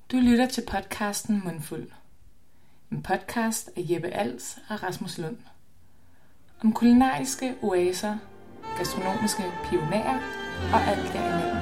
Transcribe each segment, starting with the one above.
Du lytter til podcasten Mundfuld. En podcast af Jeppe Als og Rasmus Lund. Om kulinariske oaser, gastronomiske pionerer og alt derimellem.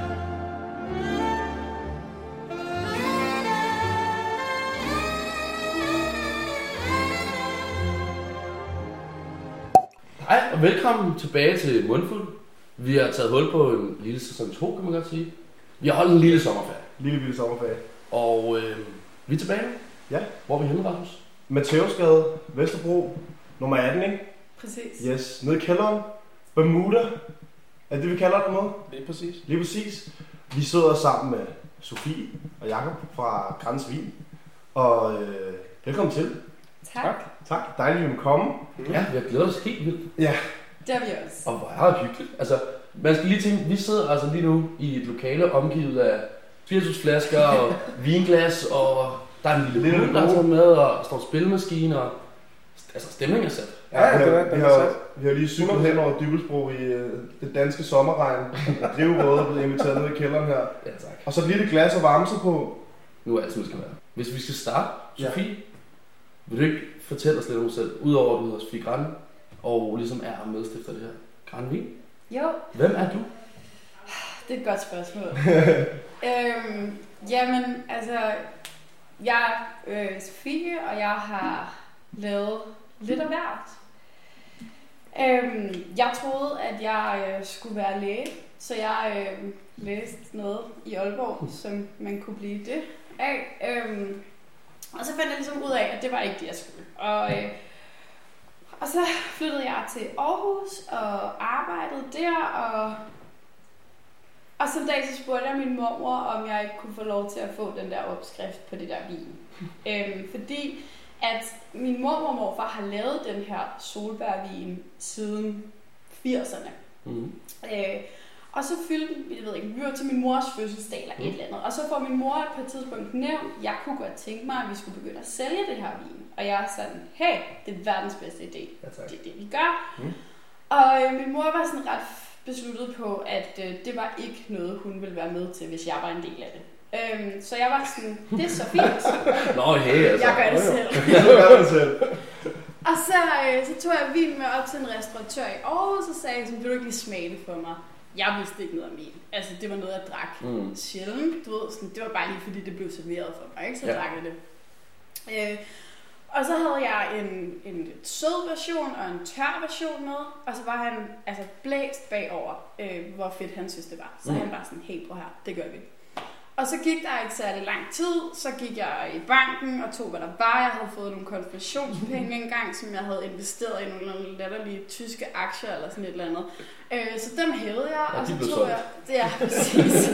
Hej og velkommen tilbage til Mundfuld. Vi har taget hul på en lille sæson 2, kan man godt sige. Vi har holdt en lille sommerferie. Lille sommerferie. Og vi er tilbage. Ja. Hvor er vi henne, Rasmus? Matthæusgade, Vesterbro, nummer 18, ikke? Præcis. Yes, nede i kælderen. Bermuda. Er det, vi kalder det noget? Lige præcis. Vi sidder sammen med Sofie og Jakob fra Grans Vin. Og velkommen til. Tak. Dejligt, at vi må komme. Ja, vi har glædet os helt vildt. Ja. Det har vi også. Og hvor er det hyggeligt. Altså, man skal lige tænke, vi sidder altså lige nu i et lokale omgivet af spiritusflasker og vinglas, og der er en lille hund, der er taget med, og står spilmaskine, og altså stemningen er sat. Vi har lige cyklet hen over Dybelsbro i det danske sommerregn. Drivvåde er blevet inviteret ned i kælderen her. Ja, tak. Og så et lille glas og varme sig på. Nu er alt, som det skal være. Hvis vi skal starte, Sofie, vil du ikke fortælle os lidt om dig selv, udover at du hedder Sofie Gran, og ligesom er medstifter af det her Gran Vin? Jo. Hvem er du? Det er et godt spørgsmål. Jamen, altså, jeg er Sofie, og jeg har lavet lidt af hvert. Jeg troede, at jeg skulle være læge, så jeg læste noget i Aalborg, som man kunne blive det af. Og så fandt jeg ligesom ud af, at det var ikke det, jeg skulle. Og så flyttede jeg til Aarhus og arbejdede der, og så en dag så spurgte jeg min mormor, om jeg ikke kunne få lov til at få den der opskrift på det der vin. Fordi at min mormor og morfar har lavet den her solbærvin siden 80'erne. Mm. Og så fyldte, jeg ved ikke, vi var til min mors fødselsdag eller et eller andet. Og så får min mor på et tidspunkt nævnt, jeg kunne godt tænke mig, at vi skulle begynde at sælge det her vin. Og jeg er sådan, hey, det er verdens bedste idé. Ja, det er det, vi gør. Mm. Og min mor var sådan ret besluttet på, at det var ikke noget, hun ville være med til, hvis jeg var en del af det. Så jeg var sådan, det er så fint. Nå, hey, altså. Jeg gør det selv. Og så tog jeg vin med op til en restauratør i Aarhus, og sagde, vil du ikke lige smage det for mig? Jeg vidste ikke noget om vin. Altså, det var noget, jeg drak sjældent. Du ved, sådan, det var bare lige fordi, det blev serveret for mig, ikke? Så drak jeg det. Og så havde jeg en sød version og en tør version med, og så var han altså blæst bagover, hvor fedt han synes, det var. Så han var sådan, hey, prøv her, det gør vi. Og så gik der ikke særlig lang tid, så gik jeg i banken og tog, hvad der var. Jeg havde fået nogle konfirmationspenge engang, som jeg havde investeret i nogle latterlige tyske aktier eller sådan et eller andet. Så dem hævede jeg, og så tog jeg... Ja, præcis.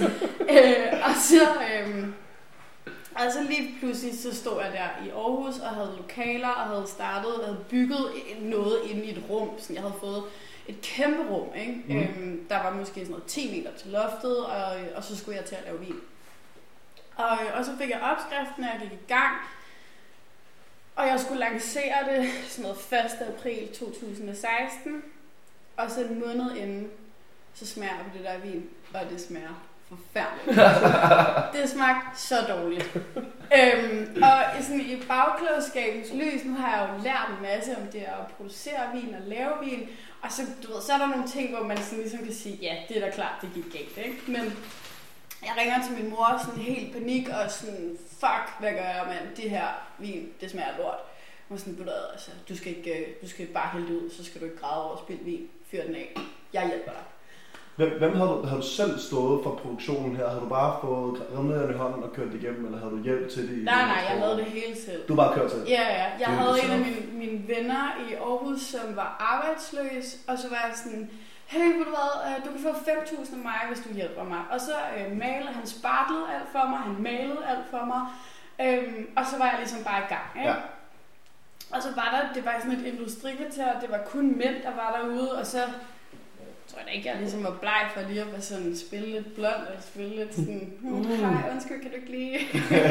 Og så lige pludselig så stod jeg der i Aarhus og havde lokaler og havde bygget noget inde i et rum. Så jeg havde fået et kæmpe rum, ikke? Der var måske sådan noget 10 meter til loftet, og så skulle jeg til at lave vin. Og så fik jeg opskriften, og jeg gik i gang. Og jeg skulle lancere det sådan noget 1. april 2016. Og så en måned inden, så smager jeg på det der vin, og det smager forfærdeligt. Det smagte så dårligt. Og sådan i bagklogskabens lys, nu har jeg jo lært en masse om det at producere vin og lave vin. Og så, du ved, så er der nogle ting, hvor man sådan ligesom kan sige, ja, det er da klart, det gik galt, ikke? Men jeg ringer til min mor sådan helt panik og sådan, fuck, hvad gør jeg, mand? Det her vin, det smager lort. Og sådan, altså, du skal bare hælde det ud, så skal du ikke græde over spildt vin. Fyr den af. Jeg hjælper dig. Hvem havde du selv stået for produktionen her? Havde du bare fået remedierne i hånden og kørt det igennem, eller havde du hjælp til det? Nej, jeg lavede det hele selv. Du bare kørte selv? Ja. Jeg havde en af mine venner i Aarhus, som var arbejdsløs, og så var jeg sådan, hey, ved du hvad, du kan få 5.000 af mig, hvis du hjælper mig. Og så malede han spartlede alt for mig, han malede alt for mig, og så var jeg ligesom bare i gang, ikke? Ja. Og så var det var sådan et industrikvarter, det var kun mænd, der var derude, og så tror jeg da ikke, jeg ligesom var bleg for lige at være sådan, spille lidt blond, eller spille lidt sådan, hej, undskyld, kan du ikke lige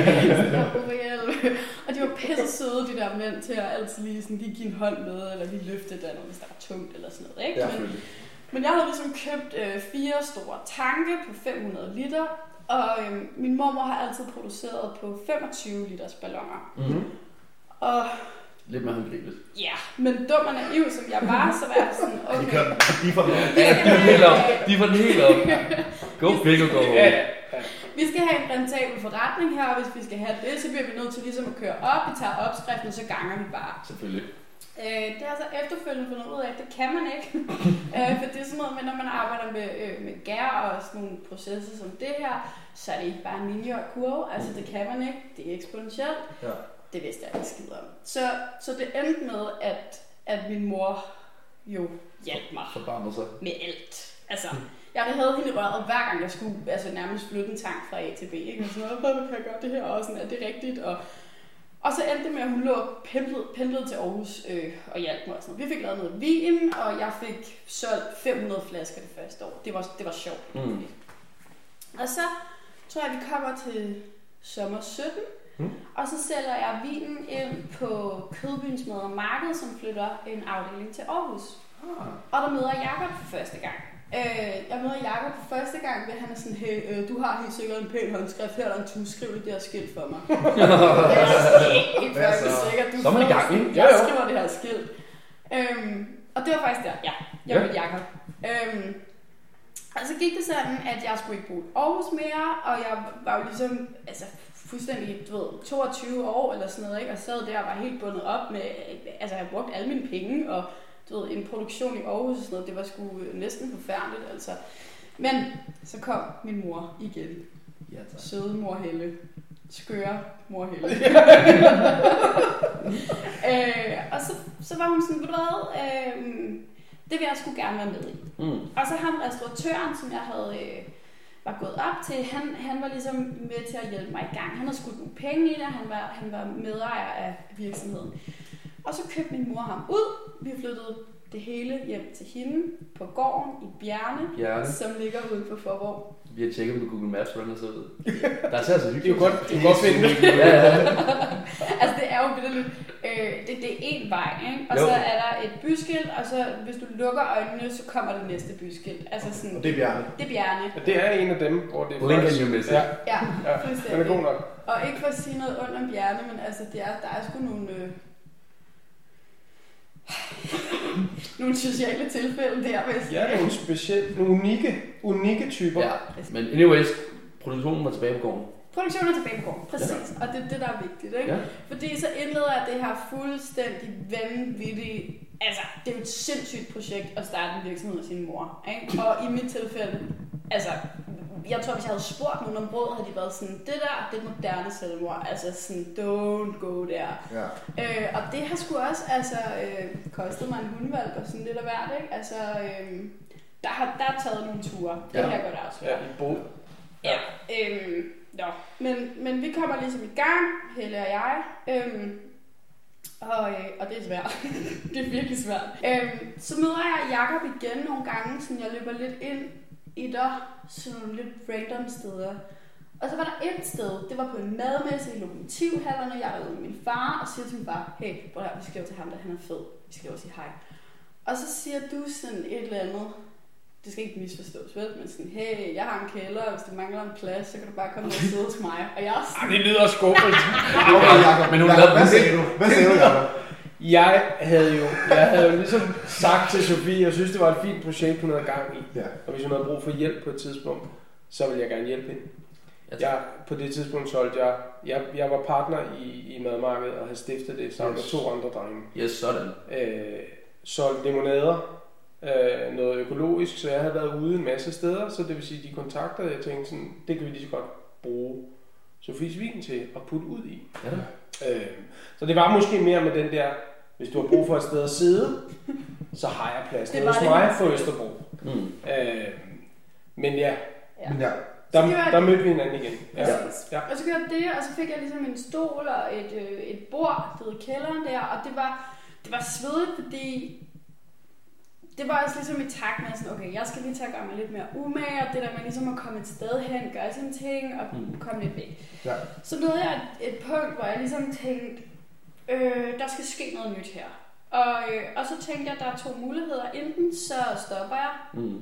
og de var pisse søde, de der mænd, til at altid lige give en hånd med, eller lige løfte det andet, hvis der var tungt, eller sådan noget, ikke? Ja, Men jeg havde ligesom købt 4 store tanke på 500 liter, Og min mormor har altid produceret på 25 liters balloner. Mm-hmm. Og lidt mere håndgribeligt. ja, men dum og naiv som jeg var, så var jeg sådan, okay. De får den helt op. De får den helt op. Go big og go home. Vi skal have en rentabel forretning her, og hvis vi skal have det, så bliver vi nødt til ligesom at køre op. Vi tager opskriften, og så ganger vi bare. Selvfølgelig. Det er altså efterfølgende fundet ud af, at det kan man ikke. For det er sådan noget med, når man arbejder med gær og sådan nogle processer som det her, så er det ikke bare en lineær kurve. Altså det kan man ikke. Det er eksponentielt. Ja. Det vidste jeg ikke skid om. Så det endte med, at min mor jo hjalp mig med alt. Altså, jeg havde hende i røret hver gang jeg skulle nærmest flytte en tank fra A til B. Ikke? Og sådan noget, hvordan kan jeg gøre det her? Og sådan, er det rigtigt? Og så endte det med, at hun lå pendlede til Aarhus og hjalp mig. Og sådan. Vi fik lavet noget vin, og jeg fik solgt 500 flasker det første år. Det var sjovt. Mm. Og så tror jeg, vi kommer til sommer 17. Og så sælger jeg vinen ind på Kødbyens Mad og Marked, som flytter en afdeling til Aarhus. Og der møder Jakob for første gang. Jeg møder Jakob for første gang, ved han er sådan, hey, du har helt sikkert en pæn håndskrift, her er der en tus, skriv det der skilt for mig. Jeg er ikke sikkert, du så er man i gang, ikke? Jeg skriver det her skilt. Og det var faktisk der, jeg mødte Jakob. Og så gik det sådan, at jeg skulle ikke bo i Aarhus mere, og jeg var jo ligesom, fuldstændig, 22 år eller sådan noget, ikke? Og sad der og var helt bundet op med, jeg brugte alle mine penge, og en produktion i Aarhus og sådan noget, det var sgu næsten forfærdeligt, altså. Men så kom min mor igen. Ja, søde mor Helle. Skøre mor Helle. Og så var hun sådan, ved du hvad, det vil jeg sgu gerne være med i. Mm. Og så ham restauratøren, som jeg havde var gået op til, han var ligesom med til at hjælpe mig i gang. Han havde skudt nogle penge i det, han var medejer af virksomheden. Og så købte min mor ham ud. Vi flyttede det hele hjem til hende på gården i Bjarne. Som ligger ude på Forborg. Vi har tjekket på Google Maps, hvordan det ser ud. Der er så hyggeligt. Du kan godt finde det. Altså det er jo vildt. Det er én vej, ikke? Og så er der et byskilt, og så hvis du lukker øjnene, så kommer det næste byskilt. Altså sådan, og det er Bjarne. Det er Bjarne. Og det er en af dem, hvor det er Link and you miss it. Ja, fuldstændig. Den er god nok. Og ikke for at sige noget ondt om Bjarne, men altså der er sgu nogle sociale tilfælde der, hvis ja, nogle specielle, nogle unikke typer. Ja, men anyways, produktionen var tilbage på gården. Produktionen er tilbage på gården, præcis. Ja. Og det er det, der er vigtigt, ikke? Ja. Fordi så indleder jeg det her fuldstændig vanvittige, altså det er jo et sindssygt projekt at starte en virksomhed af sin mor, ikke? Og i mit tilfælde, altså jeg tror, hvis jeg havde spurgt nogen om råd, havde de været sådan, det er moderne selvmord, altså sådan, don't go der. Ja. Og det har sgu også, kostet mig en hundvalg og sådan lidt af hvert, ikke? Altså, der er taget nogle ture, det kan jeg godt afsløre. Ja, i Bo. Ja, men vi kommer ligesom i gang, Helle og jeg, og det er svært. Det er virkelig svært. Så møder jeg Jakob igen nogle gange, så jeg løber lidt ind i sådan nogle lidt random steder. Og så var der et sted, det var på en madmesse i Lokomotivhallerne. Jeg var ude med min far og siger til min far, hey, prøv her, vi skriver til ham, der han er fed. Vi skal også sige hej. Og så siger du sådan et eller andet, det skal ikke misforstås, vel? Men sådan, hey, jeg har en kælder, og hvis du mangler en plads, så kan du bare komme og sidde hos mig. Og jeg er sådan... det lyder skuffet. Men hvad sagde du? Hvad sagde du, Jacob? Jeg havde jo ligesom sagt til Sofie, jeg synes, det var et fint projekt, hun havde gang i. Ja. Og hvis hun havde brug for hjælp på et tidspunkt, så ville jeg gerne hjælpe hende. På det tidspunkt solgte jeg var partner i madmarkedet og havde stiftet det sammen med 2 andre drenge. Yes, sådan. Solgte limonader, noget økologisk, så jeg havde været ude en masse steder, så det vil sige, de kontakter, jeg tænkte sådan, det kan vi lige så godt bruge Sofies vin til at putte ud i. Ja. Så det var måske mere med den der, hvis du har brug for et sted at sidde, så har jeg plads hos mig på Østerbro. Mm. Men ja. Der mødte vi hinanden igen. Ja. Og så gjorde det, og så fik jeg ligesom en stol og et bord ved kælderen der, og det var svedigt, fordi det var også ligesom i takt med sådan, okay, jeg skal lige til at gøre mig lidt mere umage, og det der med ligesom at komme et sted hen, gøre sine ting og komme lidt væk. Ja. Så nåede jeg et punkt, hvor jeg ligesom tænkte, der skal ske noget nyt her. Og så tænkte jeg, at der er 2 muligheder. Enten så stopper jeg,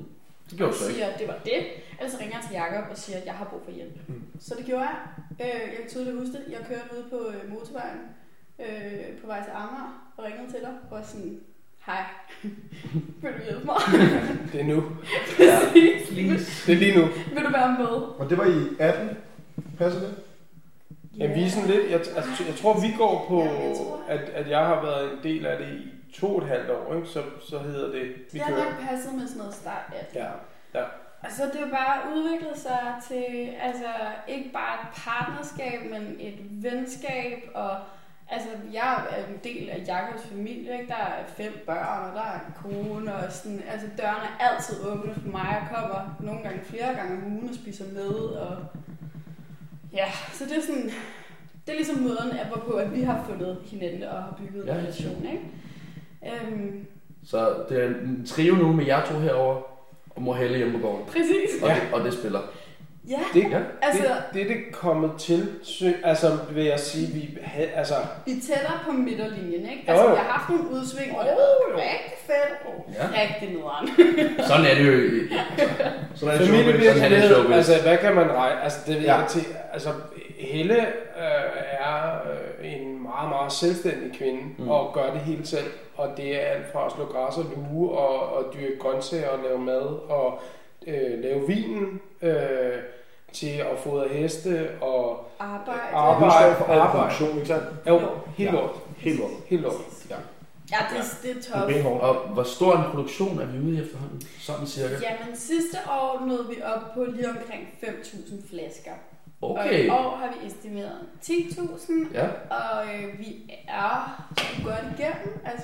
Det gjorde og så ikke. siger, at det var det. Ellers så ringer jeg til Jacob og siger, at jeg har brug for hjælp. Så det gjorde jeg. Jeg kan tydeligt huske det. Jeg kørte ude på motorvejen på vej til Amager og ringede til dig og var sådan, hej, vil du hjælpe mig? Det er nu. Ja, Det er lige nu. Vil du være med? Og det var i 18, passer det? Jamen, vi er sådan lidt, jeg tror, vi går på, Ja, jeg tror. at jeg har været en del af det i 2,5 år, ikke? Så hedder det, vi Det har kører. nok passet med sådan noget start 18. Ja. Altså, det har bare udviklet sig til, altså, ikke bare et partnerskab, men et venskab, og altså, jeg er en del af Jacobs familie, ikke? Der er 5 børn, og der er en kone, og sådan, altså, dørene er altid åbne for mig. Jeg kommer nogle gange, flere gange om ugen og spiser med, og ja, så det er sådan, det er ligesom måden, hvorpå, at vi har fundet hinanden og har bygget en relation, ikke? Så det er en trio nu med jer to herovre, og mor Helle hjemme på gården. Præcis. Og det spiller. Ja, Altså, det er det kommet til, altså vil jeg sige, vi er tættere på midterlinjen, ikke? Jo, Altså, jo. vi har haft nogle udsving, hvor det har været rigtig fedt, Ja. rigtig nederen. Sådan er det jo. Sådan er det familievirksomhed, altså hvad kan man regne, altså det vil Ja. jeg til, altså Helle er en meget, meget selvstændig kvinde, og gør det hele selv, og det er alt fra at slå græs og luge, og dyrke grøntsager og lave mad, og lave vinen, til at fodre heste, og Arbejde. Produktion, ikke sandt? jo, helt lort. Helt lort. Helt lort. Ja, det er Det er tough. benhårdt. Og hvor stor en produktion er vi ude i efterhånden? Sådan cirka. Jamen, sidste år nåede vi op på lige omkring 5.000 flasker. Og Okay. i år har vi estimeret 10.000, Ja. og vi er godt igennem. Altså,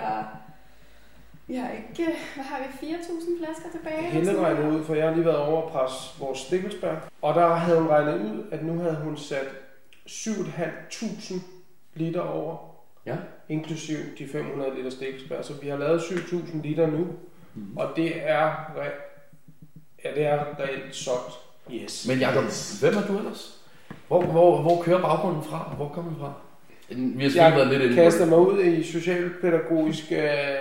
vi har ikke, hvad har vi, 4.000 flasker tilbage? Helle regnede ud, for jeg har lige været over at presse vores stikkelsbær, og der havde hun regnet ud, at nu havde hun sat 7.500 liter over, Ja. inklusiv de 500 liter stikkelsbær, så vi har lavet 7.000 liter nu, og det er reelt solgt. Yes. Men Jacob, hvem er du ellers? Hvor kører baggrunden fra? Hvor kommer den fra? Vi har selvfølgelig været lidt inde på kastede det. mig ud i socialpædagogisk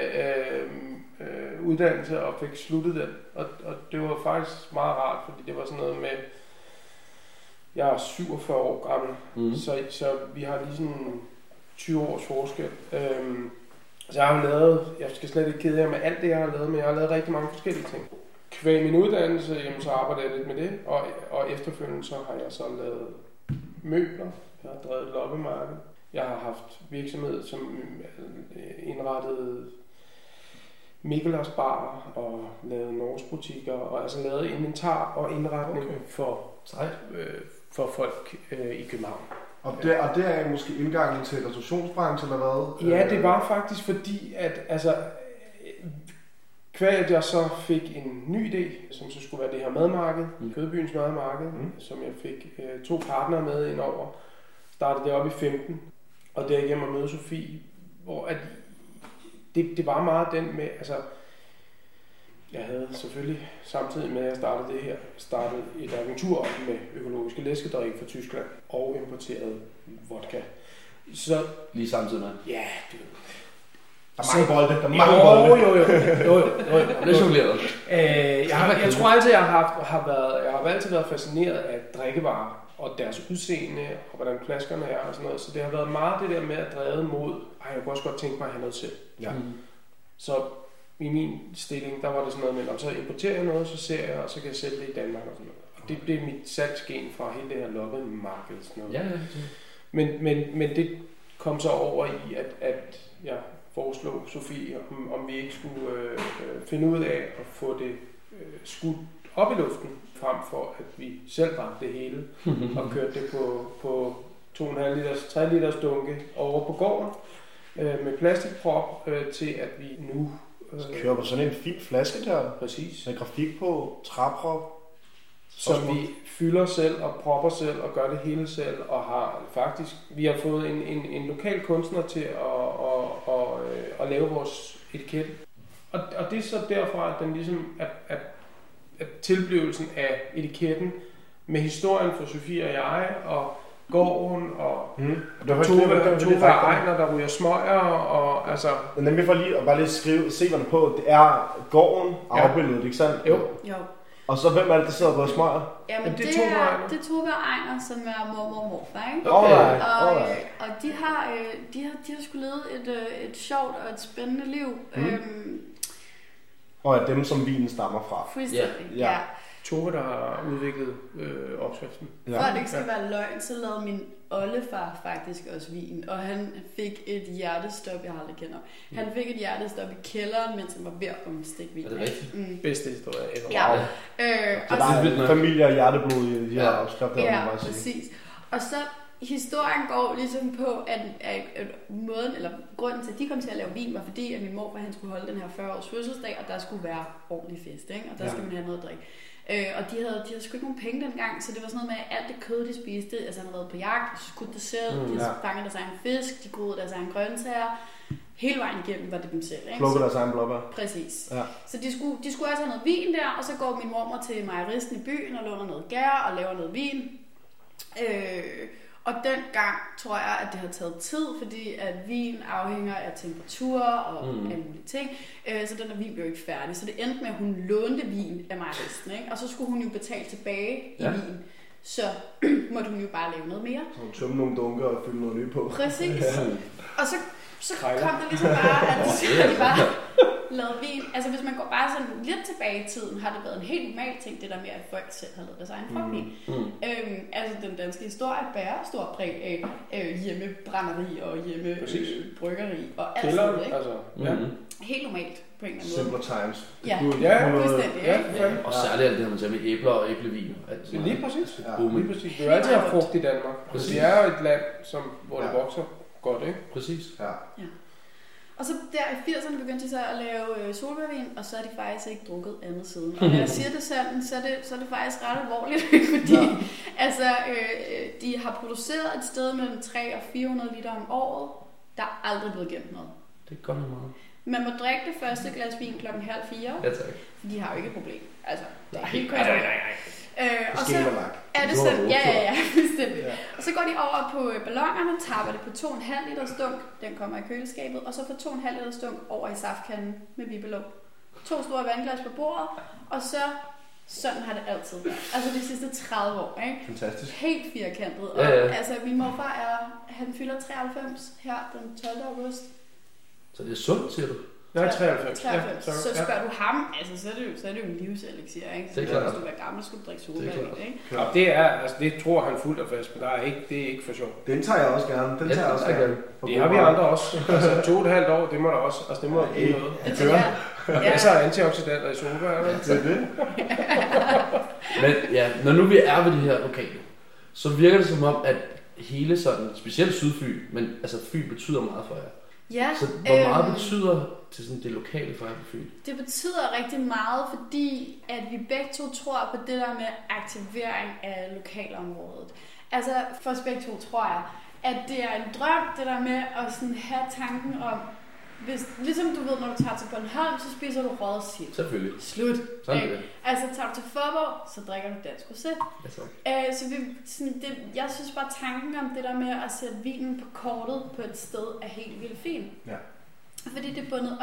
uddannelse og fik sluttet den. Og det var faktisk meget rart, fordi det var sådan noget med, jeg er 47 år gammel, så vi har lige sådan 20 års forskel. Så jeg har lavet, jeg skal slet ikke kede jer med alt det, jeg har lavet, men jeg har lavet rigtig mange forskellige ting. Kvæg min uddannelse, jamen, så arbejder jeg lidt med det, og efterfølgende så har jeg så lavet møbler, jeg har drevet et loppemarked. Jeg har haft virksomhed, som indrettede Mikkelas bar og lavet Norges butikker, og altså lavet inventar og indretning for folk i København. Og det er måske indgangen til restaurationsbranchen eller hvad? Ja, det var faktisk fordi, at altså, at jeg så fik en ny idé, som så skulle være det her madmarked, Kødbyens madmarked, som jeg fik 2 partnere med ind over. Startede det op i 15, og derigennem at møde Sofie, hvor at det var meget den med, altså, jeg havde selvfølgelig samtidig med at jeg startede det her, startet et agentur op med økologiske læskedrikke fra Tyskland og importeret vodka. Så Lige samtidig med. ja, Der er mange bolde. Der er mange bolde. Jo. Det er jongleret. Jeg tror altid, jeg har altid været fascineret af drikkevarer og deres udseende, og hvordan flaskerne er og sådan noget. Så det har været meget det der med at drive mod, jeg kunne også godt tænke mig at have noget selv. Ja. Så i min stilling, der var det sådan noget med, så importerer jeg noget, så ser jeg, og så kan jeg sælge det i Danmark og sådan noget. Og det blev mit salgsgen fra hele det her loppede marked. Sådan noget. Ja. Men det kom så over i, at jeg foreslog Sofie, om vi ikke skulle finde ud af at få det skudt op i luften, frem for at vi selv ramte det hele, og kørte det på 2,5 liters, 3 liters dunke over på gården, med plastikprop, til at vi nu... Kører på sådan en fin flaske der, Præcis. med grafik på, træprop. Som vi fylder selv og propper selv og gør det hele selv, og har faktisk, vi har fået en lokal kunstner til at lave vores etiket. Og det er så derfra, at den ligesom at tilblivelsen af etiketten med historien for Sofie og jeg, og gården og Tove og Ejner, der ryger smøger og altså... Nemlig for lige at bare lige se, hvad der på. Det er gården afbildet, ikke sandt? Jo. Og så hvem er det, der sidder på smøger? Jamen, det er Tove og Ejner, som er mormor og morfar, ikke? Alright. Og de har sgu levet et sjovt og et spændende liv. Og er dem, som vinen stammer fra. Fuldstændig, ja. Tove, der har udviklet opskriften. For at det ikke skal være løgn, så lavede min oldefar faktisk også vin, og han fik et hjertestop, jeg aldrig kender. Han fik et hjertestop i kælderen, mens han var ved at stikke vin. Er det rigtigt? Bedste historie ever. Ja. Så der er familie og hjerteblod i de her opskrifter, ja, præcis. Og så historien går ligesom på, at måden, eller grunden til, at de kom til at lave vin, var fordi, at min morfar han skulle holde den her 40 års fødselsdag, og der skulle være ordentlig fest, ikke? Og der skulle man have noget at drikke. Og de havde sgu ikke nogen penge dengang, så det var sådan noget med, at alt det kød, de spiste, altså han havde været på jagt, de skudte det selv, de fangede deres egen fisk, de groede deres egen grøntsager. Hele vejen igennem var det dem selv, ikke? Plukkede deres egen blåbær. Præcis. Ja. Så de skulle også have noget vin der, og så går min mormor til mejeristen i byen og låner noget gær og laver noget vin. Og dengang tror jeg, at det har taget tid, fordi at vin afhænger af temperatur og alle mulige ting. Så den der vin blev ikke færdig. Så det endte med, at hun lånte vin af mejeristen, ikke? Og så skulle hun jo betale tilbage i vin. Så måtte hun jo bare lave noget mere. Så hun tømme nogle dunker og fylde noget nyt på. Præcis. Og så kom det ligesom bare, at de bare lavede vin. Altså hvis man går bare sådan lidt tilbage i tiden, har det været en helt normal ting, det der med, at folk selv har lavet deres egen frugtvin. Altså den danske historie bærer stor præg af hjemmebrænderi og hjemmebryggeri og alt sådan noget, ikke? Altså, helt normalt på en eller anden Simpler times. Ja, fuldstændig. Og særligt alt det her, man siger med æbler og æblevin. Altså, lige præcis. Lige præcis. Vi har altid haft frugt i Danmark. Præcis. Det er jo et land, hvor det vokser godt, ikke? Præcis. Ja. Og så der i 80'erne begyndte de så at lave solbærvin, og så er de faktisk ikke drukket andet siden. Og når jeg siger det sådan, så er det faktisk ret alvorligt, fordi de har produceret et sted mellem 300 og 400 liter om året. Der er aldrig blevet gemt noget. Det er godt meget. Man må drikke det første glas vin 3:30. Ja, tak. For de har jo ikke et problem. Altså, det er helt Nej. og så er det sådan, ja, fuldstændig. Ja. Og så går de over på ballonerne, tapper det på 2,5 liter stunk, den kommer i køleskabet, og så på 2,5 liter stunk over i saftkanden med vibelåg. 2 store vandglas på bordet, og så sådan har det altid været. Altså de sidste 30 år, ikke? Fantastisk. Helt firkantet. Og altså min morfar han fylder 93 her den 12. august. Så det er sundt, siger du? Nej, 93. Så spørger du ham, altså så er det jo en livselixir, ikke? Så hvis du er gammel, skulle du drikke solvand, ikke? Ja, det tror han fuldt og fast, men det er ikke for sjovt. Den tager jeg også gerne. Det har vi andre også. Altså 2,5 år, det må der også. Altså det må der give noget. Ja, så er antioxidanter i solbær, eller? Det er det. Men ja, når nu vi er ved de her lokale, så virker det som om, at hele sådan, specielt Sydfyn, men altså Fyn betyder meget for jer. Ja, så hvor meget betyder til sådan det lokale for jer på Fyn? Det betyder rigtig meget, fordi at vi begge to tror på det der med aktivering af lokalområdet. Altså for os begge to tror jeg, at det er en drøm, det der med at sådan have tanken om, ligesom du ved, når du tager til Bornholm, så spiser du røget sild. Selvfølgelig. Slut. Sådan det. Altså tager du til Fåborg, så drikker du dansk rosé. Så jeg synes bare tanken om det der med at sætte vinen på kortet på et sted er helt vildt fint. Ja. Fordi det er bundet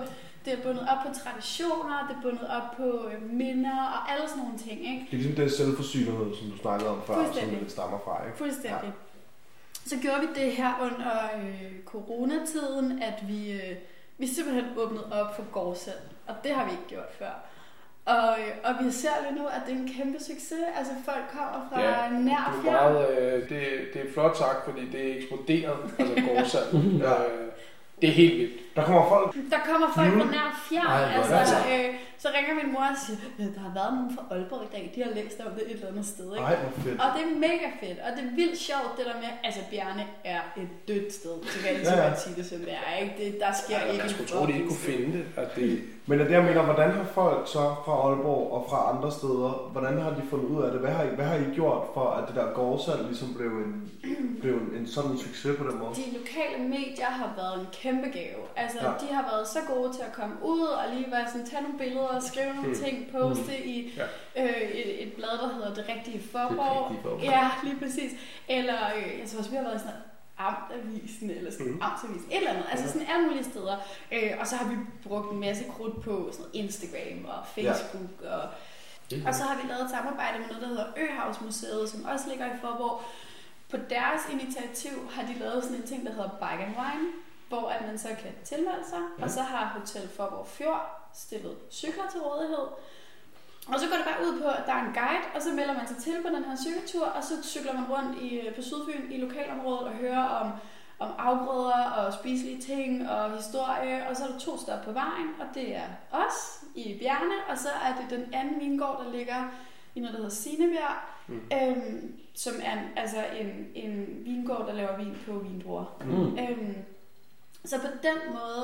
op på traditioner, det er bundet op på minder og alle sådan nogle ting, ikke? Det er ligesom den selvforsynlighed, som du snakkede om før, som det stammer fra, ikke? Fuldstændig. Ja. Så gjorde vi det her under coronatiden, at vi simpelthen åbnede op for gårdsalg, og det har vi ikke gjort før. Og vi ser lige nu, at det er en kæmpe succes. Altså folk kommer fra nær og fjern. Det er flot sagt, fordi det er eksploderet, altså gårdsalg. Det er helt vildt. Der kommer folk fra nær og fjern. Så ringer min mor og siger, der har været nogen fra Aalborg i dag, de har læst om det et eller andet sted. Ikke? Ej, hvor fedt. Og det er mega fedt, og det er vildt sjovt det der med, altså Bjarne er et dødt sted, så kan jeg lige sige det som det er. Ikke? Der sker ikke. Jeg skulle tro, de ikke kunne finde det. Men det jeg mener, hvordan har folk så fra Aalborg og fra andre steder, hvordan har de fundet ud af det? Hvad har I gjort for, at det der gårdsalg ligesom blev en sådan succes på den måde? De lokale medier har været en kæmpe gave. Altså, de har været så gode til at komme ud og lige være sådan, tage nogle billeder måde at skrive nogle ting, poste i et blad, der hedder Det Rigtige Faaborg. Ja, lige præcis. Eller jeg tror også, vi har været i sådan Amtavisen eller sådan Amtsavisen, et eller andet, altså sådan alle mulige steder. Og så har vi brugt en masse krudt på sådan Instagram og Facebook, og så har vi lavet et samarbejde med noget, der hedder Øhavsmuseet, som også ligger i Faaborg. På deres initiativ har de lavet sådan en ting, der hedder Bike and Wine, hvor at man så kan tilmelde sig, og så har Hotel Faaborg Fjord stillet cykler til rådighed. Og så går det bare ud på, at der er en guide, og så melder man sig til på den her cykeltur, og så cykler man rundt på Sydfyn i lokalområdet og hører om afgrøder og spiselige ting og historie, og så er der 2 stop på vejen, og det er os i Bjarne, og så er det den anden vingård, der ligger i noget, der hedder Sinebjerg, som er en vingård, der laver vin på vindruer. Så på den måde,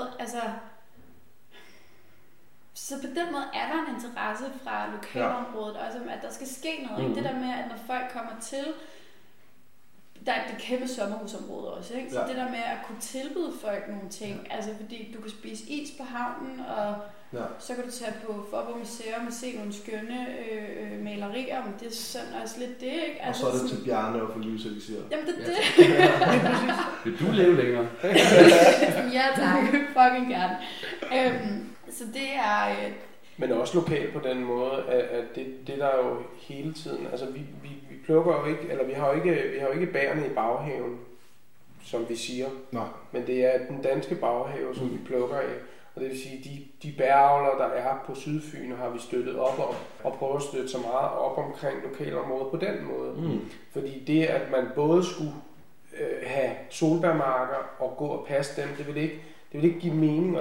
er der en interesse fra lokalområdet, også at der skal ske noget. Det der med, at når folk kommer til, der er et kæmpe sommerhusområde også, ikke? Så det der med at kunne tilbyde folk nogle ting, altså fordi du kan spise is på havnen, og så kan du tage på Faaborg Museum og se nogle skønne malerier, men det er sådan også lidt det, ikke? Altså, og så er det til Bjarne og for livselixir. Jamen det er det. Vil du leve længere? Ja tak, fucking gerne. Så det er... Men også lokalt på den måde, at det der er jo hele tiden, altså vi plukker jo ikke, eller vi har jo ikke bærene i baghaven, som vi siger. Nej. Men det er den danske baghave, som vi plukker af. Og det vil sige, de bæravler, der er på Sydfyn, har vi støttet op om, og prøver at støtte så meget op omkring lokalområdet på den måde. Fordi det, at man både skulle have solbærmarker og gå og passe dem, det vil ikke give mening. Og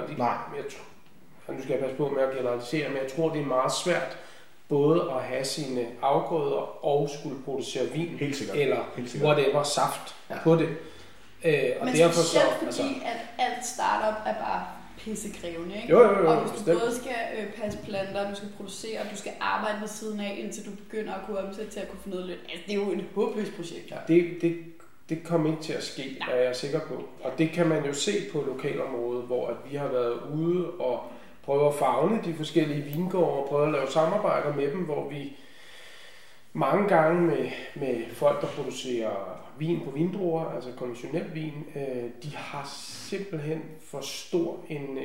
nu skal jeg passe på med at generalisere, men jeg tror, det er meget svært både at have sine afgrøder og skulle producere vin, eller whatever saft på det. Og men derfor specielt så, fordi, at alt startup er bare pissekrævende, ikke? Jo, og hvis du både skal passe planter, du skal producere, du skal arbejde ved siden af, indtil du begynder at kunne omsætte til at kunne få noget løn. Altså, det er jo et håbløst projekt. Ja. Det kommer ikke til at ske, er jeg sikker på. Og det kan man jo se på lokalområdet, hvor at vi har været ude og prøve at favne de forskellige vingårde og prøve at lave samarbejder med dem, hvor vi mange gange med folk, der producerer vin på vindruer, altså konventionel vin, de har simpelthen for stor en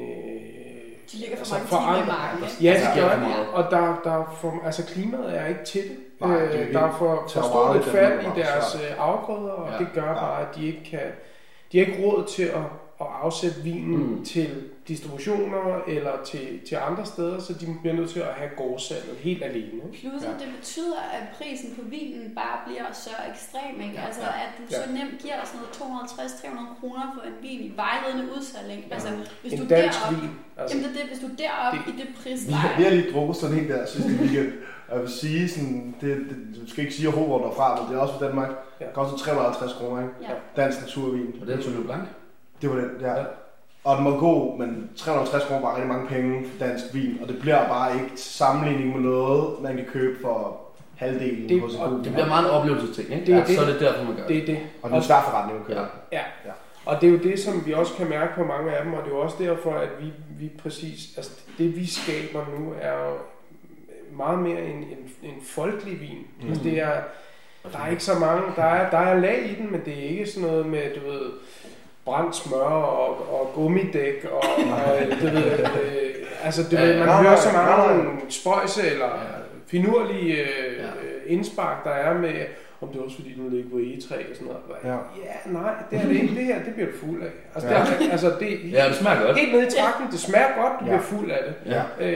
de ligger for mange timer i marken. Ja, det gør det. Og der klimaet er ikke til det. Der er for stort et fald i deres afgrøder, og det gør bare, at de har ikke råd til at afsætte vinen til distributioner eller til andre steder, så de bliver nødt til at have gårdsalget helt alene. Plus det betyder, at prisen på vinen bare bliver så ekstrem, ikke? Altså at du så nemt giver sådan noget 250-300 kroner for en vin i vejledende udsalg. Altså hvis du deroppe, hvis du deroppe i det prisleje. Vi har lige drukket sådan en der sidste weekend. Jeg vil sige sådan, du skal ikke sige hvor derfra, men det er også for Danmark. Det koster 350 kroner, ikke? Ja. Dansk naturvin. Og det er Sauvignon Blanc. Det var den, ja. Og den var god, men 350 kroner var rigtig mange penge for dansk vin, og det bliver bare ikke sammenligning med noget, man kan købe for halvdelen på sin god. Det bliver meget en oplevelsesting, ikke? Så er det derfor, man gør det. Det. Og det er en svær forretning at købe. Ja. Og det er jo det, som vi også kan mærke på mange af dem, og det er jo også derfor, at vi præcis, altså det vi skaber nu, er jo meget mere en folkelig vin. Altså det er, der er ikke så mange, der er lag i den, men det er ikke sådan noget med, du ved, brændt smør og gummidæk og du ved, man hører så mange spøjse eller finurlige indspark, der er med, om det er også fordi, nu ligger på egetræ og sådan noget. Nej, det er det ikke. Det her, det bliver du fuld af. Altså, det smager godt. Helt ned i trakten, det smager godt, du bliver fuld af det.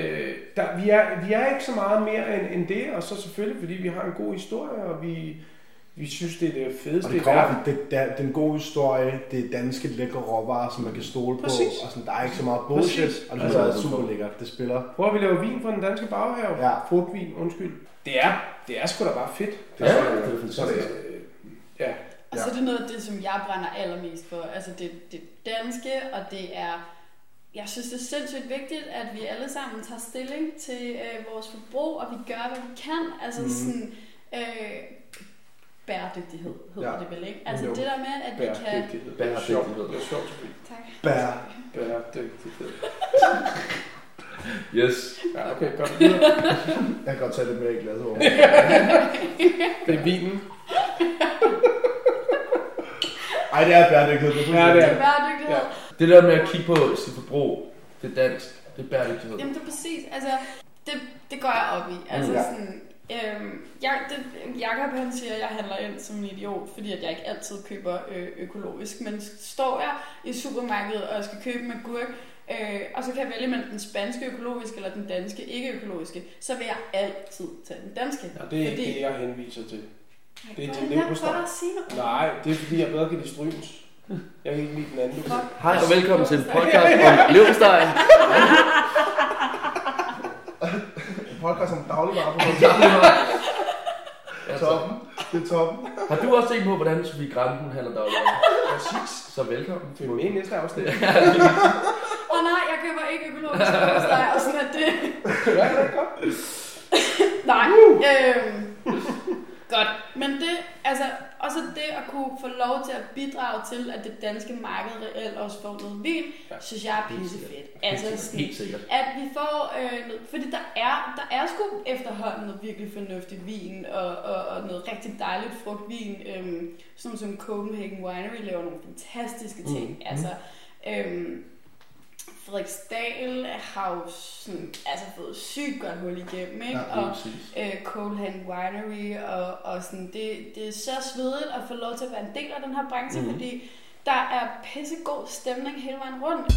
Vi er ikke så meget mere end det, og så selvfølgelig, fordi vi har en god historie, og vi synes, det er det fedeste i verden. Det er den gode historie, det er danske lækre råvarer, som man kan stole på. Præcis. Og sådan, der er ikke så meget bullshit, og det er super lækkert. Det spiller. Prøv at vi laver vin fra den danske baghave. Ja. Frugtvin, undskyld. Det er sgu da bare fedt. Det er fantastisk. Og så er det noget af det, som jeg brænder allermest for. Altså det danske, og det er... Jeg synes, det er sindssygt vigtigt, at vi alle sammen tager stilling til vores forbrug, og vi gør, hvad vi kan. Altså sådan... bæredygtighed hedder det vel, ikke? Altså det der med, at vi kan... Bæredygtighed. Det er sjovt. Tak. Bæredygtighed. Yes. Ja, okay, godt. Jeg kan godt tage lidt mere i glasset over. Det er vinen. Ej, det er bæredygtighed. Ja, det er. Bæredygtighed. Ja. Det der med at kigge på sit forbrug, det er dansk. Det er bæredygtighed. Jamen det er præcis, altså det går jeg op i. Altså Ja. sådan, Jakob han siger, at jeg handler ind som en idiot, fordi at jeg ikke altid køber økologisk. Men står jeg i supermarkedet, og jeg skal købe en agurk, og så kan jeg vælge mellem den spanske økologiske eller den danske ikke-økologiske, så vil jeg altid tage den danske. Ja, det er ikke det, jeg henviser til. Det er til jeg leverpostej. prøver at sige noget. Nej, det er fordi, jeg bedre kan lide strygens. Jeg kan ikke lide den anden. Hej og velkommen til en podcast om leverpostej. En podcast om dagligvarer på Ja, toppen. Det er toppen. Har du også set på, hvordan Sofie Gram hun handler dagligvarer? Præcis. Så velkommen. Det er med i næste afsnit. Nej, jeg køber ikke økologisk leverpostej, og sådan at det... Ja, det er godt. Nej, godt. Men det, altså, også det at kunne få lov til at bidrage til, at det danske marked reelt også får noget vin, synes jeg er pissefedt. Altså sådan, Helt sikkert. at vi får noget, fordi der er sgu efterhånden noget virkelig fornuftigt vin, og noget rigtig dejligt frugtvin, sådan som Copenhagen Winery laver nogle fantastiske ting. Altså, Frederiksdal har jo sådan, altså fået sygt godt hul igennem, ikke? Ja, og Copenhagen Winery, og sådan, det er så svedigt at få lov til at være en del af den her branche, fordi der er pissegod stemning hele vejen rundt.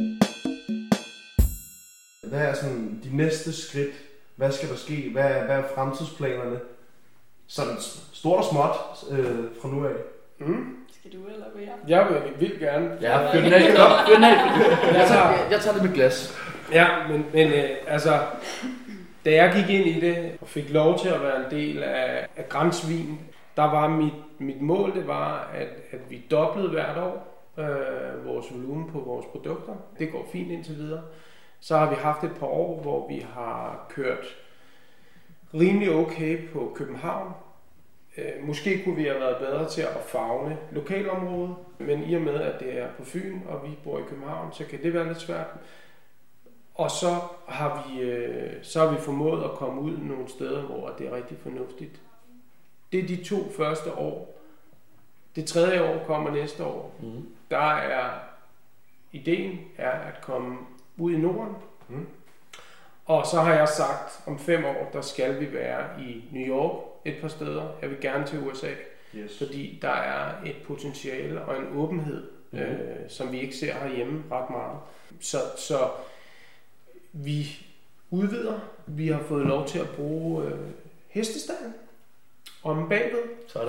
Hvad er sådan de næste skridt? Hvad skal der ske? Hvad er fremtidsplanerne? Sådan stort og småt fra nu af. Skal du eller hvad? Jeg vil gerne. Ja, fyr den af. Fyr den af. Jeg tager det med glas. Ja, men altså, da jeg gik ind i det og fik lov til at være en del af Grænsvin, der var mit mål, det var, at vi doblede hvert år vores volumen på vores produkter. Det går fint indtil videre. Så har vi haft et par år, hvor vi har kørt rimelig okay på København. Måske kunne vi have været bedre til at favne lokalområdet, men i og med, at det er på Fyn, og vi bor i København, så kan det være lidt svært. Og så har vi formået at komme ud nogle steder, hvor det er rigtig fornuftigt. Det er de 2 første år. Det 3. år kommer næste år. Der er ideen er at komme ud i Norden. Og så har jeg sagt, om 5 år, der skal vi være i New York et par steder. Jeg vil gerne til USA, fordi der er et potentiale og en åbenhed, som vi ikke ser herhjemme ret meget. Så vi udvider. Vi har fået lov til at bruge hestestallen om bagved.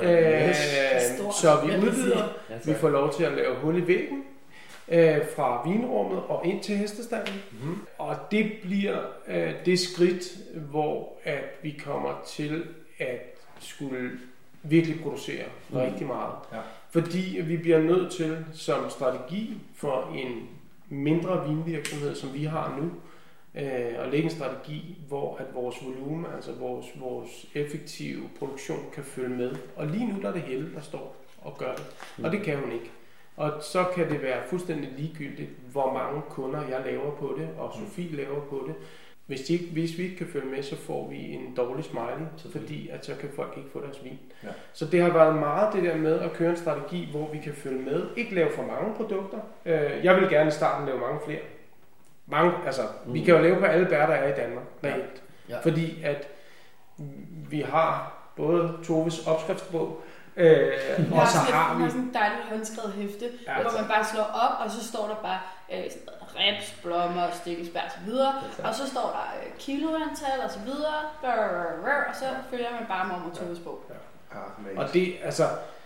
Så vi udvider. Vi får lov til at lave hul i væggen fra vinrummet og ind til hestestallen. Og det bliver det skridt, hvor at vi kommer til at skulle virkelig producere rigtig meget. Ja. Fordi vi bliver nødt til som strategi for en mindre vinvirksomhed, som vi har nu, at lægge en strategi, hvor at vores volumen, altså vores effektive produktion kan følge med. Og lige nu der er det Helle, der står og gør det. Og det kan hun ikke. Og så kan det være fuldstændig ligegyldigt, hvor mange kunder jeg laver på det, og Sofie laver på det. Hvis vi ikke kan følge med, så får vi en dårlig smiley, fordi at så kan folk ikke få deres vin. Ja. Så det har været meget det der med at køre en strategi, hvor vi kan følge med. Ikke lave for mange produkter. Jeg vil gerne i starten lave mange flere. Vi kan jo lave på alle bær, der er i Danmark. Reelt. Ja. Fordi at vi har både Toves opskriftsbog, og så har vi sådan et dejligt håndskrevet hæfte, hvor man bare slår op, og så står der bare reps, blommer, stikkelsbær og så videre, og så står der kiloantal og så videre, og så følger man bare Mormor Toves bog. Og det, altså,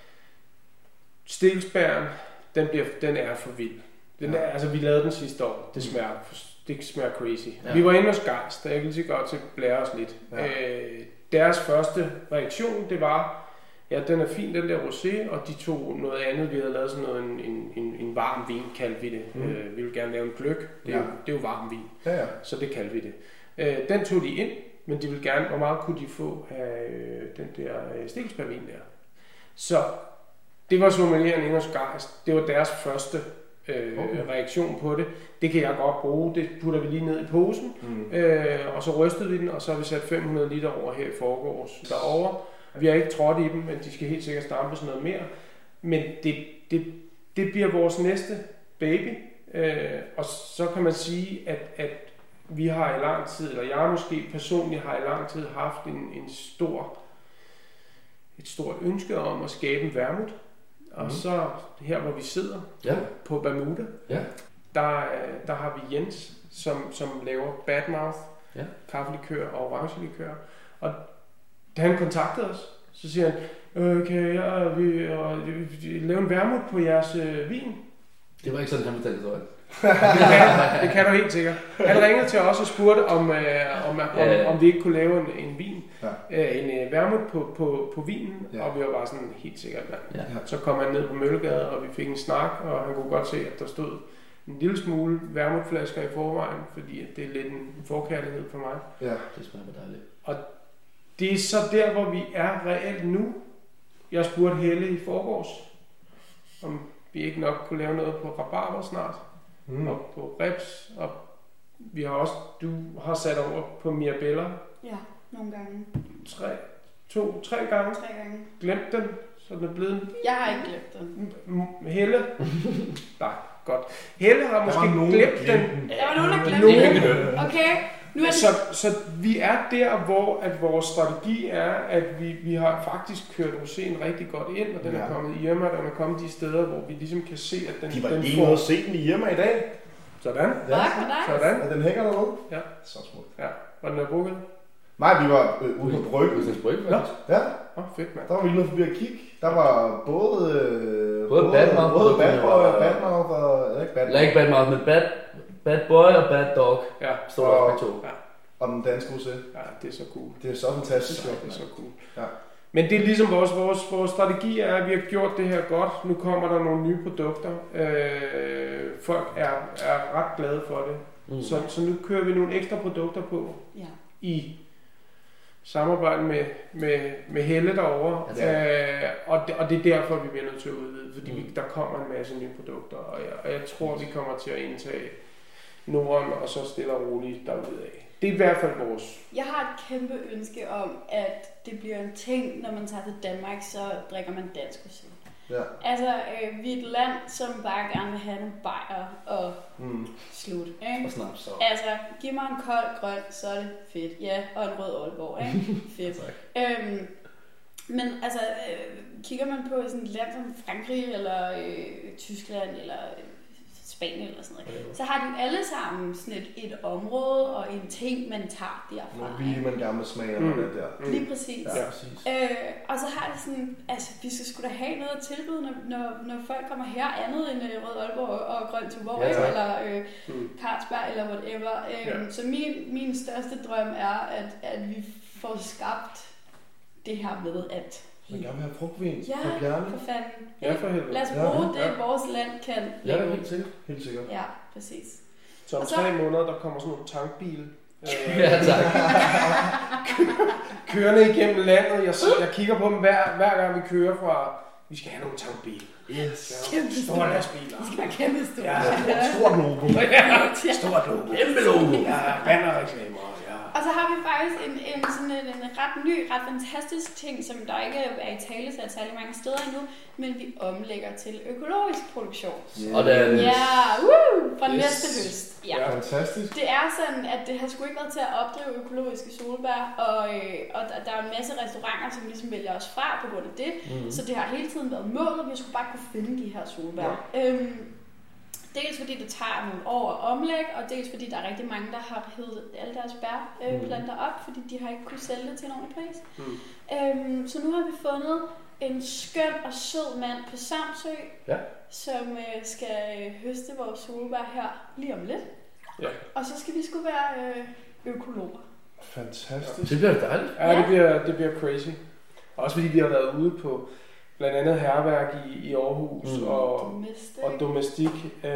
stikkelsbæren, den er for vild. Altså, vi lavede den sidste år. Det smager crazy. Ja. Vi var inde hos Geist, og jeg kan lige så godt til at blære os lidt. Ja. Deres første reaktion, det var, ja, den er fin, den der rosé, og de tog noget andet. Vi havde lavet sådan noget, en varm vin, kaldte vi det. Vi ville gerne lave en gløk. Det er jo varm vin, så det kaldte vi det. Den tog de ind, men de ville gerne, hvor meget kunne de få af den der stikkelsbærvin der. Så det var sommelieren inde hos Geist. Det var deres første reaktion på det. Det kan jeg godt bruge, det putter vi lige ned i posen, og så rystede vi den, og så har vi sat 500 liter over her i forgårs derovre. Vi har ikke trådt i dem, men de skal helt sikkert stampes noget mere. Men det bliver vores næste baby, og så kan man sige, at vi har i lang tid, eller jeg måske personligt har i lang tid haft et stort ønske om at skabe en vermut. Og så her, hvor vi sidder på Bermuda, der har vi Jens, som laver Badmouth, kaffelikør og orangelikør. Og da han kontaktede os, så siger han, kan jeg lave en vermut på jeres vin? Det var ikke sådan, han fortalte sig. Det kan du helt sikkert. Han ringede til os og spurgte, om vi ikke kunne lave en vin, en vermut på vinen, og vi var bare sådan helt sikkert. Så kom han ned på Møllegade, og vi fik en snak, og han kunne godt se, at der stod en lille smule vermutflasker i forvejen, fordi det er lidt en forkærlighed for mig. Ja, det smager dejligt. Og det er så der, hvor vi er reelt nu. Jeg spurgte Helle i forgårs, om vi ikke nok kunne lave noget på rabarber snart, og på reps, og vi har også, du har sat over på Mirabella. Ja, nogle gange. 3 gange. 3 gange. Glemt den, så den er blevet... Jeg har ikke glemt den. Helle? Nej, godt. Helle har måske glemt den. Der var nogen, der glemte den. Okay. Nu er det... Så vi er der, hvor at vores strategi er, at vi har faktisk kørt roséen rigtig godt ind, og den er kommet i Irma, og den er kommet de steder, hvor vi ligesom kan se, at den... De var lige ude at se den i Irma i dag. Sådan. Ja. Sådan. Og den hænger dernede? Ja. Så smukt. Ja. Var den der bukket? Nej, vi var ude på Brygge. Ude på Brygge, faktisk. Ja. Fedt, mand. Der var vi lige forbi at kigge. Der var både Badmouth. Både Bad Boy og Badmouth og... Ikke Badmouth, men Bad Boy og Bad Dog. Ja. Står der begge to. Ja. Og den danske rosé. Ja, det er så cool. Det er så fantastisk. Det er så cool. Ja. Men det er ligesom vores strategi er, at vi har gjort det her godt. Nu kommer der nogle nye produkter. Folk er ret glade for det. Så nu kører vi nogle ekstra produkter på i samarbejde med Helle derovre. Og det er derfor, vi bliver nødt til at udvide, fordi der kommer en masse nye produkter. Og jeg tror, vi kommer til at indtage Norden og så stille og roligt derudad. Det er i hvert fald vores. Jeg har et kæmpe ønske om, at det bliver en ting, når man tager til Danmark, så drikker man dansk rosé. Ja. Altså, vi er et land, som bare gerne vil have nogle bajer og slut. Ikke? Og snaps så. Altså, giv mig en kold grøn, så er det fedt. Ja, og en rød Aalborg, ikke? Fedt. Men altså, kigger man på sådan et land som Frankrig, eller Tyskland, eller Spanien eller sådan noget, så har de alle sammen sådan et område og en ting, man tager derfra. Nogle man gerne vil smage af det der. Lige præcis. Ja, præcis. Og så har det sådan, altså vi skal sgu da have noget at tilbyde, når folk kommer her andet end Rød Aalborg og Grøn Tuborg, eller Carlsberg eller whatever. Så min største drøm er, at vi får skabt det her med, at man gerne vil have frugtvin fra Ja, Bjarne. for fanden. Ja, for helvede. Lad os bruge det, vores land kan lave. Ja, helt sikkert. Helt sikkert. Ja, præcis. Så om 3 måneder, der kommer sådan nogle tankbil. Ja, tak. Kørende igennem landet. Jeg kigger på dem hver gang vi kører fra... Vi skal have nogle tankbiler. Yes. Store lastbiler. Det skal være kæmpe store. Ja, Stort logo. stort logo. Kæmpe logo. Ja, bannerreklamer. Og så har vi faktisk en ret ny, ret fantastisk ting, som der ikke er i tale sat særlig mange steder endnu, men vi omlægger til økologisk produktion. Ja, fra næste høst. Ja. Fantastisk. Det er sådan, at det har sgu ikke været til at opdrive økologiske solbær, og der er en masse restauranter, som ligesom vælger os fra på grund af det, så det har hele tiden været målet, at vi skulle bare kunne finde de her solbær. Dels fordi det tager nogle år at omlægge, og dels fordi der er rigtig mange, der har hævet alle deres bærplanter op, fordi de har ikke kunnet sælge det til en ordentlig pris. Så nu har vi fundet en skøn og sød mand på Samsø, som skal høste vores solbær her lige om lidt. Ja. Og så skal vi sgu være økologer. Fantastisk. Det bliver dejligt. Ja, det bliver crazy. Også fordi vi har været ude på blandt andet Herværk i Aarhus og Domestik,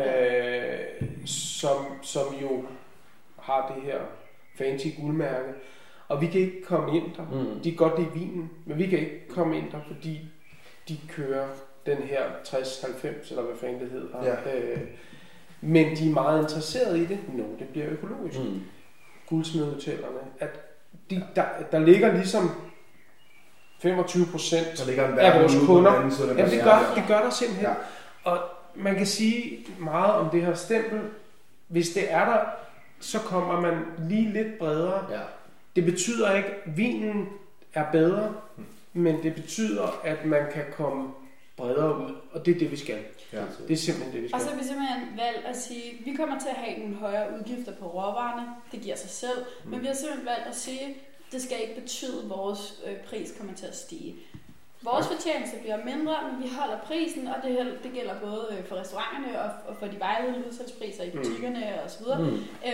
som jo har det her fancy guldmærke. Og vi kan ikke komme ind der. De kan godt lide vinen, men vi kan ikke komme ind der, fordi de kører den her 60-90, eller hvad fanden det hedder. Ja. Men de er meget interesserede i det, når det bliver økologisk. Guldsmedehotellerne, at der ligger ligesom 25% af vores kunder. Ja, det gør der simpelthen. Ja. Og man kan sige meget om det her stempel. Hvis det er der, så kommer man lige lidt bredere. Ja. Det betyder ikke, at vinen er bedre, men det betyder, at man kan komme bredere ud. Og det er det, vi skal. Ja. Det er simpelthen det, vi skal. Og så har vi simpelthen valgt at sige, at vi kommer til at have nogle højere udgifter på råvarerne. Det giver sig selv. Men vi har simpelthen valgt at sige, at det skal ikke betyde, at vores pris kommer til at stige. Vores fortjeneste bliver mindre, men vi holder prisen, og det gælder både for restauranterne og for de vejledende udsalgspriser i butikkerne og så videre.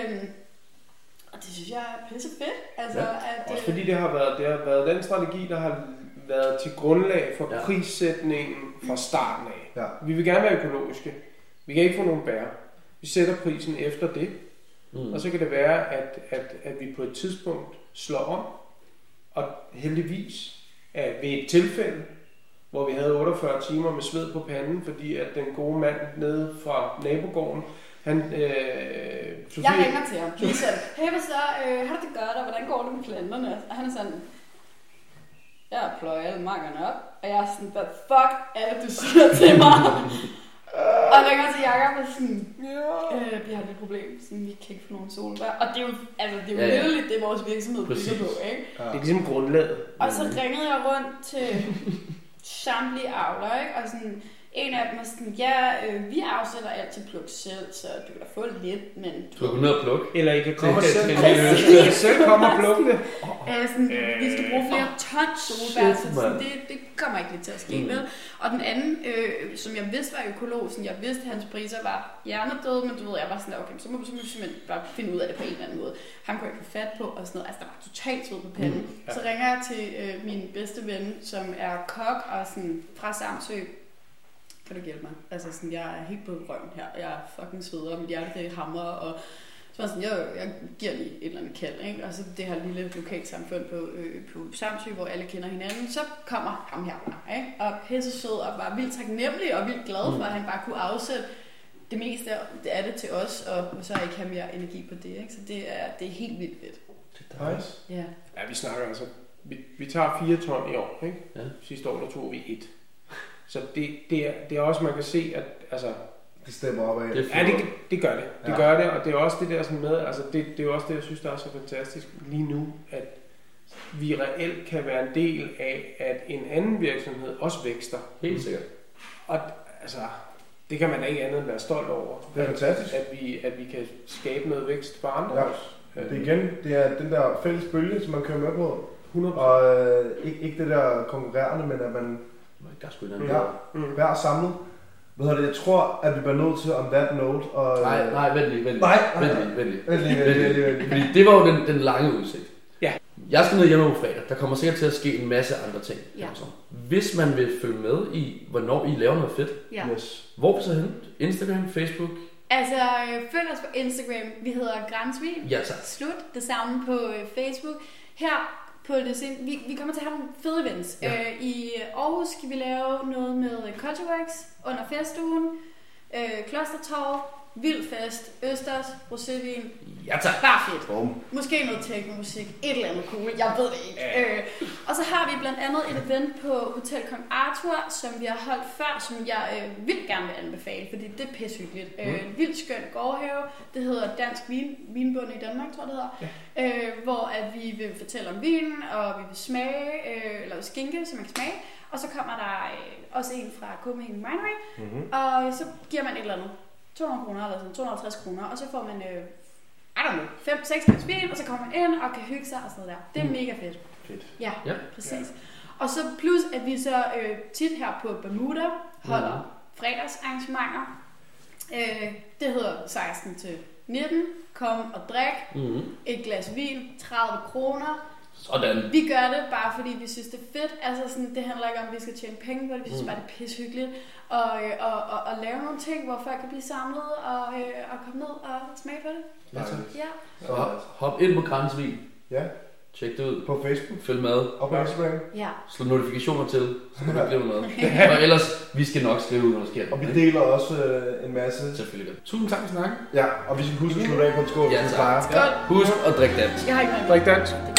Og det synes jeg er pisse fedt. Altså, også fordi det har været den strategi, der har været til grundlag for prissætningen fra starten af. Ja. Vi vil gerne være økologiske. Vi kan ikke få nogen bær. Vi sætter prisen efter det. Og så kan det være, at vi på et tidspunkt slår om. Og heldigvis ved et tilfælde, hvor vi havde 48 timer med sved på panden, fordi at den gode mand nede fra nabogården, jeg ringer til ham. Lige sådan, hey, hvad så? Har du det godt, og hvordan går det med planterne? Og han er sådan, jeg pløjer alle markerne op, og jeg er sådan, hvad fuck er det, du siger til mig? Og jeg ringer til Jakob og sådan, vi har et problem, sådan, vi kan ikke få nogen solbær. Og det er jo, virkelig det, vores virksomhed bygger på, ikke? Ja. Det er ligesom grundlaget. Og så ringede jeg rundt til samtlige avler, ikke? Og sådan, en af dem er sådan, vi afsætter altid pluk selv, så du kan da få lidt, men... Du kan ned og plukke. Eller I kan komme selv komme og plukke det. Vi skal bruge flere tons solbær, så det kommer ikke lidt til at ske, vel? Og den anden, som jeg vidste var økolog, jeg vidste, at hans priser var hjernedøde, men du ved, jeg var sådan, okay, så må vi simpelthen bare finde ud af det på en eller anden måde. Han kunne ikke få fat på, og sådan noget. Altså, der var totalt sved på panden. Så ringer jeg til min bedste ven, som er kok og sådan fra Samsø. Kan du hjælpe mig? Altså sådan, jeg er helt på røven her, jeg er fucking sveder, mit hjerte det hamrer, og så var sådan, jeg giver lige et eller andet kald, ikke? Og så det her lille lokalsamfund på Samsø, hvor alle kender hinanden, så kommer ham her bare, ikke? Og pisse sød og var vildt taknemmelig og vildt glad for, at han bare kunne afsætte det meste af det til os, og så ikke have mere energi på det, ikke? Så det er helt vildt fedt. Nice. Ja. Ja, vi snakker altså, vi tager 4 ton i år, ikke? Ja. Sidste år, der tog vi 1. Så det er også, man kan se, at altså, det stemmer op af. Det gør det. Det gør det, og det er også det der sådan med, altså det er også det, jeg synes, der er så fantastisk lige nu, at vi reelt kan være en del af, at en anden virksomhed også vækster. Helt sikkert. Og altså, det kan man da ikke andet end være stolt over. Det er fantastisk. At vi kan skabe noget vækst for andre også. Det er den der fælles bølge, som man kører med på. 100%. Og ikke det der konkurrerende, men at man hver samlet. Jeg tror, at vi bliver nødt til on that note. Og nej, vent lige. Fordi det var jo den lange udsigt. Ja. Jeg skal ned hjemme på fredag. Der kommer sikkert til at ske en masse andre ting. Ja. Hvis man vil følge med i, hvornår I laver noget fedt, hvor vil så hen? Instagram, Facebook? Altså, følg os på Instagram. Vi hedder Grænsvin. Ja, tak. Slut. Det samme på Facebook. Her på det vi kommer til at have nogle fede events. Ja. I Aarhus skal vi lave noget med Cultureworks under festugen, Klostertorv, Vildfest, Østers, Rosévin. Ja, tak. Bare fedt. Måske noget technomusik, et eller andet cool, jeg ved det ikke. Og så har vi blandt andet et event på Hotel Kong Arthur, som vi har holdt før, som jeg vildt gerne vil anbefale, fordi det er pissehyggeligt. Vildt skøn gårdhave, det hedder Dansk Vinbund i Danmark, tror jeg det hedder. Ja. Hvor at vi vil fortælle om vinen, og vi vil smage, eller skinke, som man kan smage. Og så kommer der også en fra Copenhagen Winery, og så giver man et eller andet. 200 kroner eller sådan 250 kroner, og så får man 5-6 glas vin, og så kommer man ind og kan hygge sig og sådan noget der. Det er mega fedt. Ja, præcis. Ja. Og så plus, at vi så tit her på Bermuda holder fredagsarrangementer. Det hedder 16 til 19. Kom og drik. Et glas vin, 30 kroner. Sådan. Vi gør det bare fordi vi synes det er fedt. Altså sådan, det handler ikke om at vi skal tjene penge på det. Vi synes bare det er pissehyggeligt og lave nogle ting, hvor folk kan blive samlet og komme ned og smage på det. Ja. Så hop ind på Grænsvin. Ja. Tjek det ud. På Facebook. Følg med. Og på Instagram. Ja. Slå notifikationer til, så kan du ikke glemme noget. Og ellers, vi skal nok skrive ud, når der sker. Og vi deler også en masse. Selvfølgelig. Tusind tak for snakken. Ja, og vi skal huske at slutte af på en skål. Ja, tak. Husk at drikke dansk. Jeg har ikke noget. Drik dansk.